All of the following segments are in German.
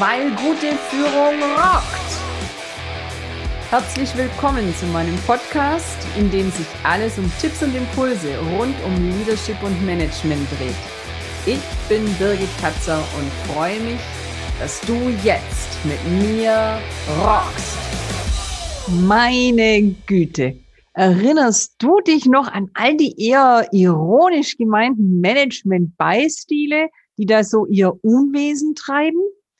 weil gute Führung rockt. Herzlich willkommen zu meinem Podcast, in dem sich alles um Tipps und Impulse rund um Leadership und Management dreht. Ich bin Birgit Katzer und freue mich, dass du jetzt mit mir rockst. Meine Güte, erinnerst du dich noch an all die eher ironisch gemeinten Management-Beistile, die da so ihr Unwesen treiben?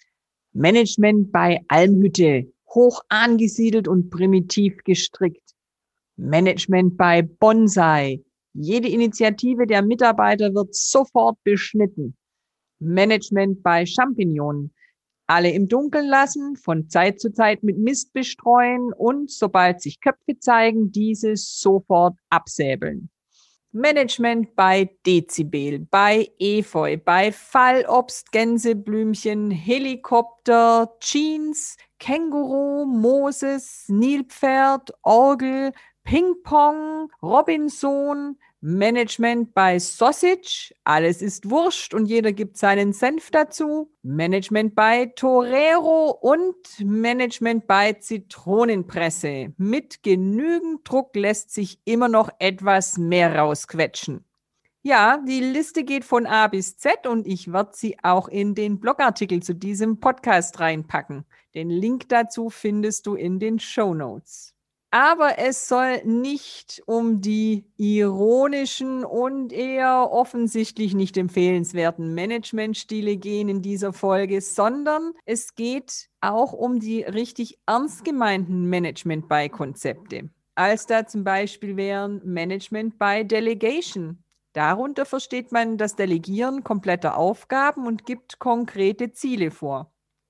Management bei Almhütte, hoch angesiedelt und primitiv gestrickt. Management bei Bonsai, jede Initiative der Mitarbeiter wird sofort beschnitten. Management bei Champignon, alle im Dunkeln lassen, von Zeit zu Zeit mit Mist bestreuen und, sobald sich Köpfe zeigen, diese sofort absäbeln. Management bei Dezibel, bei Efeu, bei Fallobst, Gänseblümchen, Helikopter, Jeans, Känguru, Moses, Nilpferd, Orgel, Ping-Pong, Robinson, Management bei Sausage, alles ist Wurst und jeder gibt seinen Senf dazu, Management bei Torero und Management bei Zitronenpresse. Mit genügend Druck lässt sich immer noch etwas mehr rausquetschen. Ja, die Liste geht von A bis Z und ich werde sie auch in den Blogartikel zu diesem Podcast reinpacken. Den Link dazu findest du in den Shownotes. Aber es soll nicht um die ironischen und eher offensichtlich nicht empfehlenswerten Managementstile gehen in dieser Folge, sondern es geht auch um die richtig ernst gemeinten Management-by-Konzepte. Als da zum Beispiel wären Management by Delegation. Darunter versteht man das Delegieren kompletter Aufgaben und gibt konkrete Ziele vor.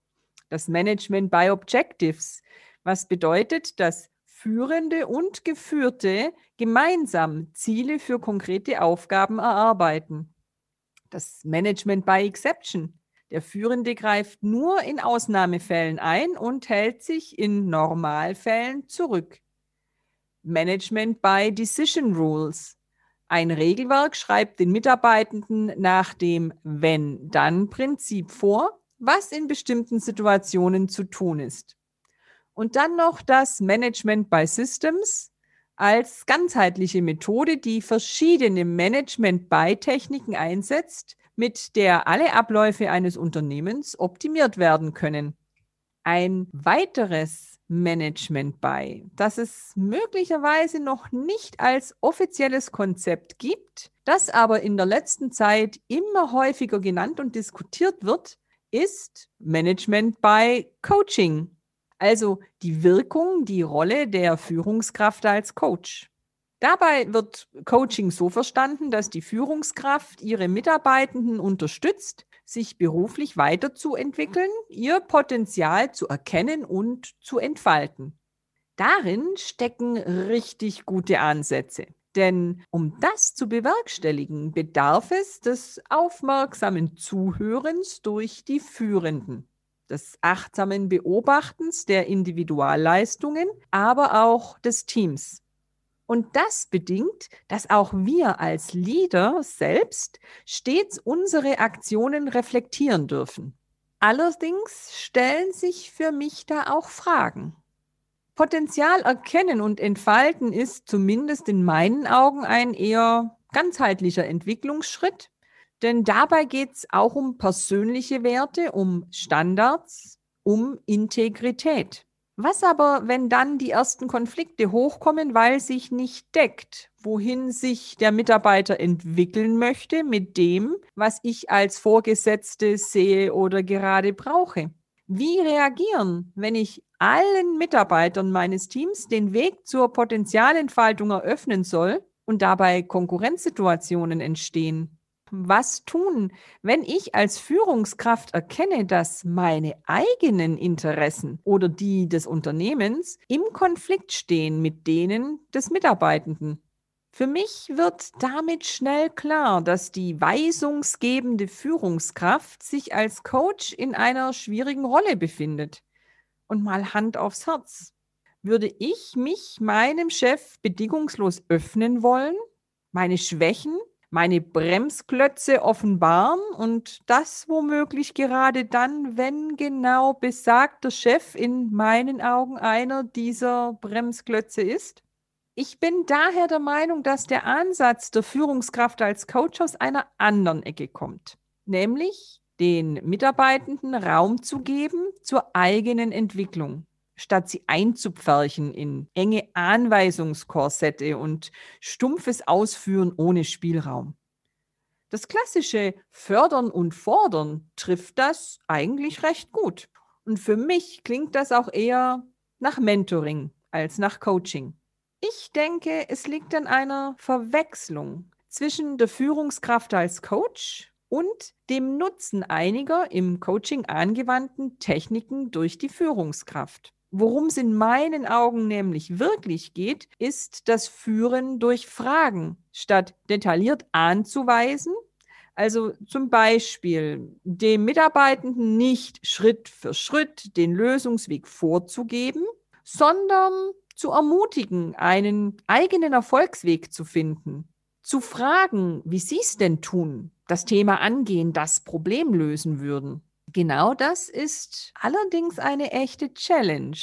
Das Management by Objectives, was bedeutet, dass Führende und Geführte gemeinsam Ziele für konkrete Aufgaben erarbeiten. Das Management by Exception. Der Führende greift nur in Ausnahmefällen ein und hält sich in Normalfällen zurück. Management by Decision Rules. Ein Regelwerk schreibt den Mitarbeitenden nach dem Wenn-Dann-Prinzip vor, was in bestimmten Situationen zu tun ist. Und dann noch das Management by Systems als ganzheitliche Methode, die verschiedene Management-by-Techniken einsetzt, mit der alle Abläufe eines Unternehmens optimiert werden können. Ein weiteres Management-by, das es möglicherweise noch nicht als offizielles Konzept gibt, das aber in der letzten Zeit immer häufiger genannt und diskutiert wird, ist Management by Coaching. Also die Wirkung, die Rolle der Führungskraft als Coach. Dabei wird Coaching so verstanden, dass die Führungskraft ihre Mitarbeitenden unterstützt, sich beruflich weiterzuentwickeln, ihr Potenzial zu erkennen und zu entfalten. Darin stecken richtig gute Ansätze. Denn um das zu bewerkstelligen, bedarf es des aufmerksamen Zuhörens durch die Führenden, des achtsamen Beobachtens der Individualleistungen, aber auch des Teams. Und das bedingt, dass auch wir als Leader selbst stets unsere Aktionen reflektieren dürfen. Allerdings stellen sich für mich da auch Fragen. Potenzial erkennen und entfalten ist zumindest in meinen Augen ein eher ganzheitlicher Entwicklungsschritt. Denn dabei geht es auch um persönliche Werte, um Standards, um Integrität. Was aber, wenn dann die ersten Konflikte hochkommen, weil sich nicht deckt, wohin sich der Mitarbeiter entwickeln möchte mit dem, was ich als Vorgesetzte sehe oder gerade brauche? Wie reagieren, wenn ich allen Mitarbeitern meines Teams den Weg zur Potenzialentfaltung eröffnen soll und dabei Konkurrenzsituationen entstehen? Was tun, wenn ich als Führungskraft erkenne, dass meine eigenen Interessen oder die des Unternehmens im Konflikt stehen mit denen des Mitarbeitenden? Für mich wird damit schnell klar, dass die weisungsgebende Führungskraft sich als Coach in einer schwierigen Rolle befindet. Und mal Hand aufs Herz. Würde ich mich meinem Chef bedingungslos öffnen wollen, meine Schwächen, meine Bremsklötze offenbaren und das womöglich gerade dann, wenn genau besagter Chef in meinen Augen einer dieser Bremsklötze ist? Ich bin daher der Meinung, dass der Ansatz der Führungskraft als Coach aus einer anderen Ecke kommt, nämlich den Mitarbeitenden Raum zu geben zur eigenen Entwicklung, statt sie einzupferchen in enge Anweisungskorsette und stumpfes Ausführen ohne Spielraum. Das klassische Fördern und Fordern trifft das eigentlich recht gut. Und für mich klingt das auch eher nach Mentoring als nach Coaching. Ich denke, es liegt an einer Verwechslung zwischen der Führungskraft als Coach und dem Nutzen einiger im Coaching angewandten Techniken durch die Führungskraft. Worum es in meinen Augen nämlich wirklich geht, ist das Führen durch Fragen, statt detailliert anzuweisen. Also zum Beispiel dem Mitarbeitenden nicht Schritt für Schritt den Lösungsweg vorzugeben, sondern zu ermutigen, einen eigenen Erfolgsweg zu finden, zu fragen, wie sie es denn tun, das Thema angehen, das Problem lösen würden. Genau das ist allerdings eine echte Challenge.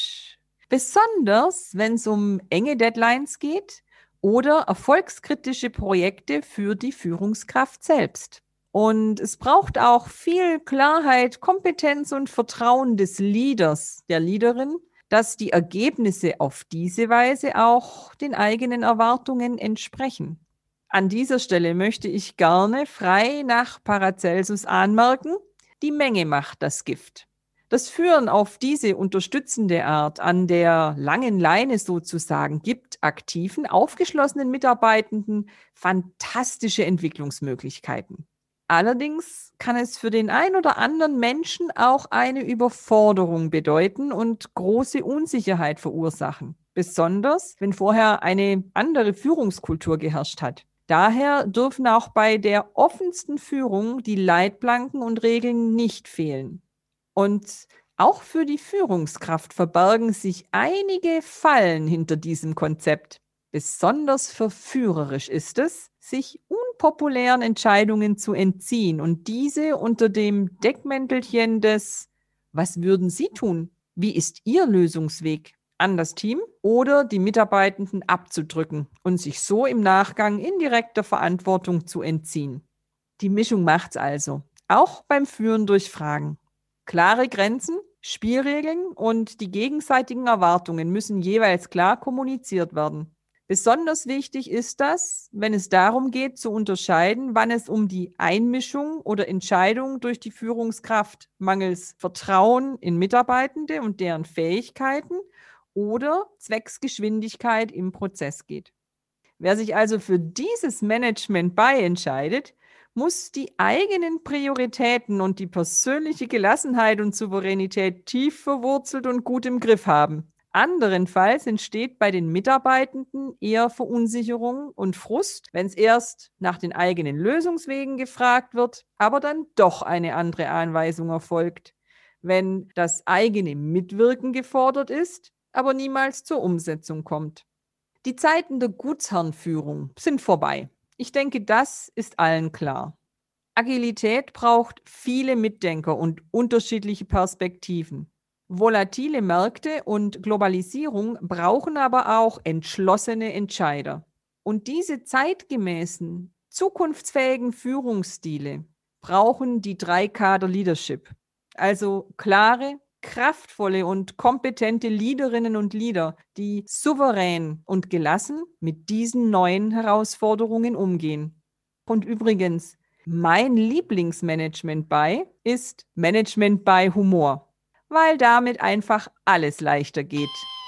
Besonders, wenn es um enge Deadlines geht oder erfolgskritische Projekte für die Führungskraft selbst. Und es braucht auch viel Klarheit, Kompetenz und Vertrauen des Leaders, der Leaderin, dass die Ergebnisse auf diese Weise auch den eigenen Erwartungen entsprechen. An dieser Stelle möchte ich gerne frei nach Paracelsus anmerken, die Menge macht das Gift. Das Führen auf diese unterstützende Art an der langen Leine sozusagen gibt aktiven, aufgeschlossenen Mitarbeitenden fantastische Entwicklungsmöglichkeiten. Allerdings kann es für den ein oder anderen Menschen auch eine Überforderung bedeuten und große Unsicherheit verursachen, besonders wenn vorher eine andere Führungskultur geherrscht hat. Daher dürfen auch bei der offensten Führung die Leitplanken und Regeln nicht fehlen. Und auch für die Führungskraft verbergen sich einige Fallen hinter diesem Konzept. Besonders verführerisch ist es, sich unpopulären Entscheidungen zu entziehen und diese unter dem Deckmäntelchen des „Was würden Sie tun? Wie ist Ihr Lösungsweg?" an das Team oder die Mitarbeitenden abzudrücken und sich so im Nachgang indirekter Verantwortung zu entziehen. Die Mischung macht's also, auch beim Führen durch Fragen. Klare Grenzen, Spielregeln und die gegenseitigen Erwartungen müssen jeweils klar kommuniziert werden. Besonders wichtig ist das, wenn es darum geht, zu unterscheiden, wann es um die Einmischung oder Entscheidung durch die Führungskraft mangels Vertrauen in Mitarbeitende und deren Fähigkeiten oder zwecks Geschwindigkeit im Prozess geht. Wer sich also für dieses Management By entscheidet, muss die eigenen Prioritäten und die persönliche Gelassenheit und Souveränität tief verwurzelt und gut im Griff haben. Anderenfalls entsteht bei den Mitarbeitenden eher Verunsicherung und Frust, wenn es erst nach den eigenen Lösungswegen gefragt wird, aber dann doch eine andere Anweisung erfolgt. Wenn das eigene Mitwirken gefordert ist, aber niemals zur Umsetzung kommt. Die Zeiten der Gutsherrenführung sind vorbei. Ich denke, das ist allen klar. Agilität braucht viele Mitdenker und unterschiedliche Perspektiven. Volatile Märkte und Globalisierung brauchen aber auch entschlossene Entscheider. Und diese zeitgemäßen, zukunftsfähigen Führungsstile brauchen die 3K der Leadership. Also klare, kraftvolle und kompetente Leaderinnen und Leader, die souverän und gelassen mit diesen neuen Herausforderungen umgehen. Und übrigens, mein Lieblingsmanagement by ist Management by Humor, weil damit einfach alles leichter geht.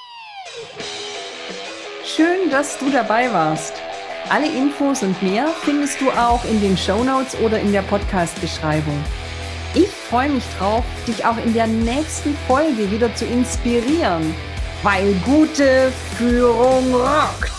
Schön, dass du dabei warst. Alle Infos und mehr findest du auch in den Shownotes oder in der Podcast-Beschreibung. Ich freue mich drauf, dich auch in der nächsten Folge wieder zu inspirieren, weil gute Führung rockt.